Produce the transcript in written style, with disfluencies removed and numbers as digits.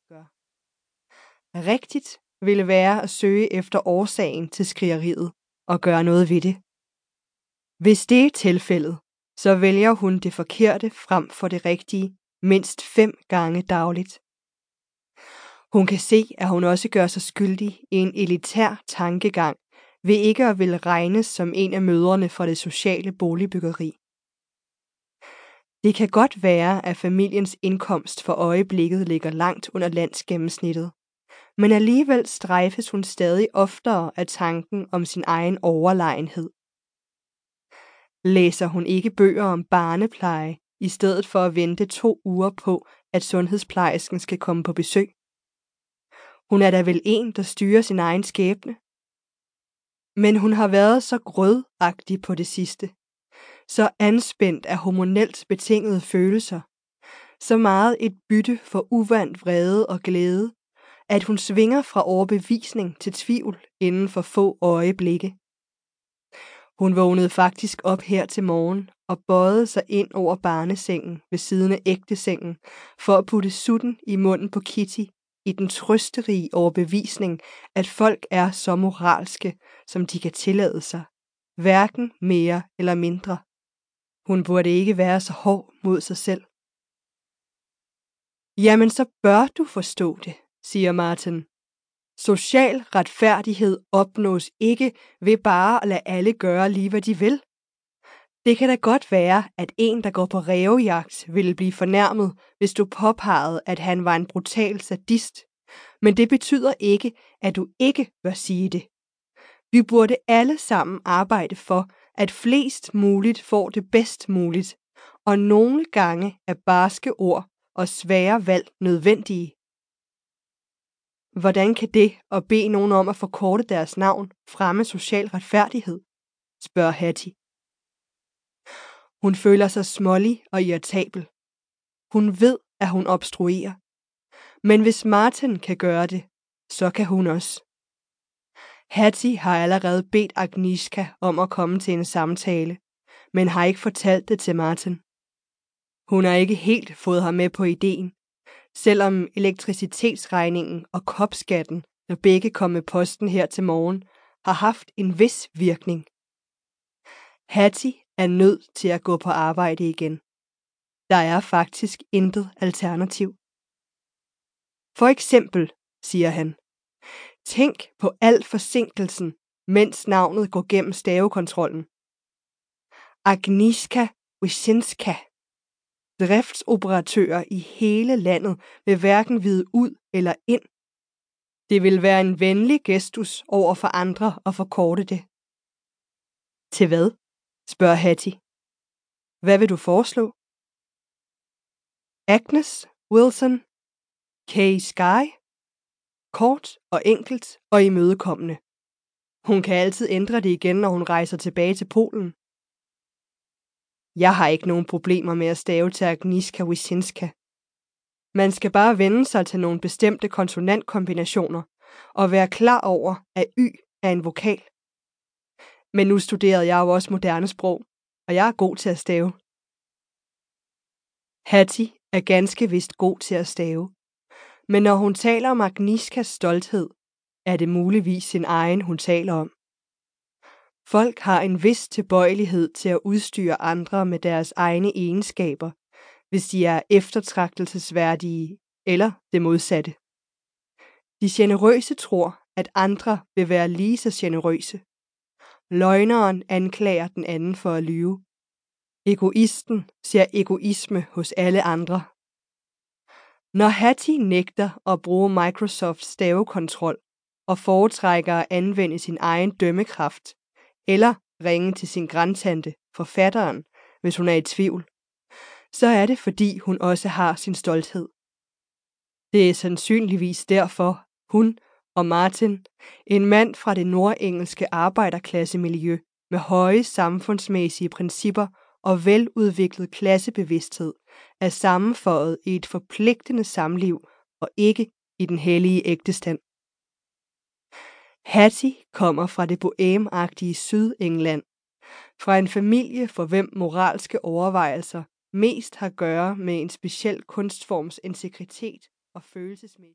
gør. Rigtigt ville være at søge efter årsagen til skrigeriet og gøre noget ved det. Hvis det er tilfældet, så vælger hun det forkerte frem for det rigtige mindst 5 gange dagligt. Hun kan se, at hun også gør sig skyldig i en elitær tankegang ved ikke at ville regnes som en af mødrene fra det sociale boligbyggeri. Det kan godt være, at familiens indkomst for øjeblikket ligger langt under landsgennemsnittet, men alligevel strejfes hun stadig oftere af tanken om sin egen overlegenhed. Læser hun ikke bøger om barnepleje, i stedet for at vente 2 uger på, at sundhedsplejersken skal komme på besøg? Hun er da vel en, der styrer sin egen skæbne. Men hun har været så grødagtig på det sidste, så anspændt af hormonelt betingede følelser, så meget et bytte for uvant vrede og glæde, at hun svinger fra overbevisning til tvivl inden for få øjeblikke. Hun vågnede faktisk op her til morgen og bøjede sig ind over barnesengen ved siden af ægtesengen for at putte sutten i munden på Kitty i den trøsterige overbevisning, at folk er så moralske, som de kan tillade sig, hverken mere eller mindre. Hun burde ikke være så hård mod sig selv. Jamen, så bør du forstå det, siger Martin. Social retfærdighed opnås ikke ved bare at lade alle gøre lige, hvad de vil. Det kan da godt være, at en, der går på rævejagt, ville blive fornærmet, hvis du påpegede, at han var en brutal sadist. Men det betyder ikke, at du ikke bør sige det. Vi burde alle sammen arbejde for, at flest muligt får det bedst muligt, og nogle gange er barske ord og svære valg nødvendige. Hvordan kan det at bede nogen om at forkorte deres navn fremme social retfærdighed? Spørger Hattie. Hun føler sig smålig og irritabel. Hun ved, at hun obstruerer. Men hvis Martin kan gøre det, så kan hun også. Hattie har allerede bedt Agnieszka om at komme til en samtale, men har ikke fortalt det til Martin. Hun har ikke helt fået ham med på ideen, selvom elektricitetsregningen og kopskatten, der begge kom med posten her til morgen, har haft en vis virkning. Hattie er nødt til at gå på arbejde igen. Der er faktisk intet alternativ. For eksempel, siger han, tænk på al forsinkelsen, mens navnet går gennem stavekontrollen. Agnieszka Wyszynska. Driftsoperatører i hele landet vil hverken vide ud eller ind. Det vil være en venlig gestus over for andre at forkorte det. Til hvad? Spørger Hattie. Hvad vil du foreslå? Agnes Wilson K. Sky. Kort og enkelt og imødekommende. Hun kan altid ændre det igen, når hun rejser tilbage til Polen. Jeg har ikke nogen problemer med at stave til Agnieszka Wyszynska. Man skal bare vende sig til nogle bestemte konsonantkombinationer og være klar over, at Y er en vokal. Men nu studerede jeg jo også moderne sprog, og jeg er god til at stave. Hattie er ganske vist god til at stave, men når hun taler om Agnieszkas stolthed, er det muligvis sin egen, hun taler om. Folk har en vis tilbøjelighed til at udstyre andre med deres egne egenskaber, hvis de er eftertragtelsesværdige eller det modsatte. De generøse tror, at andre vil være lige så generøse. Løgneren anklager den anden for at lyve. Egoisten ser egoisme hos alle andre. Når Hattie nægter at bruge Microsofts stavekontrol og foretrækker at anvende sin egen dømmekraft, eller ringe til sin grandtante, forfatteren, hvis hun er i tvivl, så er det fordi hun også har sin stolthed. Det er sandsynligvis derfor, hun og Martin, en mand fra det nordengelske arbejderklassemiljø med høje samfundsmæssige principper og veludviklet klassebevidsthed, er sammenføjet i et forpligtende samliv og ikke i den hellige ægtestand. Hattie kommer fra det bohème-agtige Sydengland, fra en familie, for hvem moralske overvejelser mest har at gøre med en speciel kunstforms integritet og følelsesmæssighed.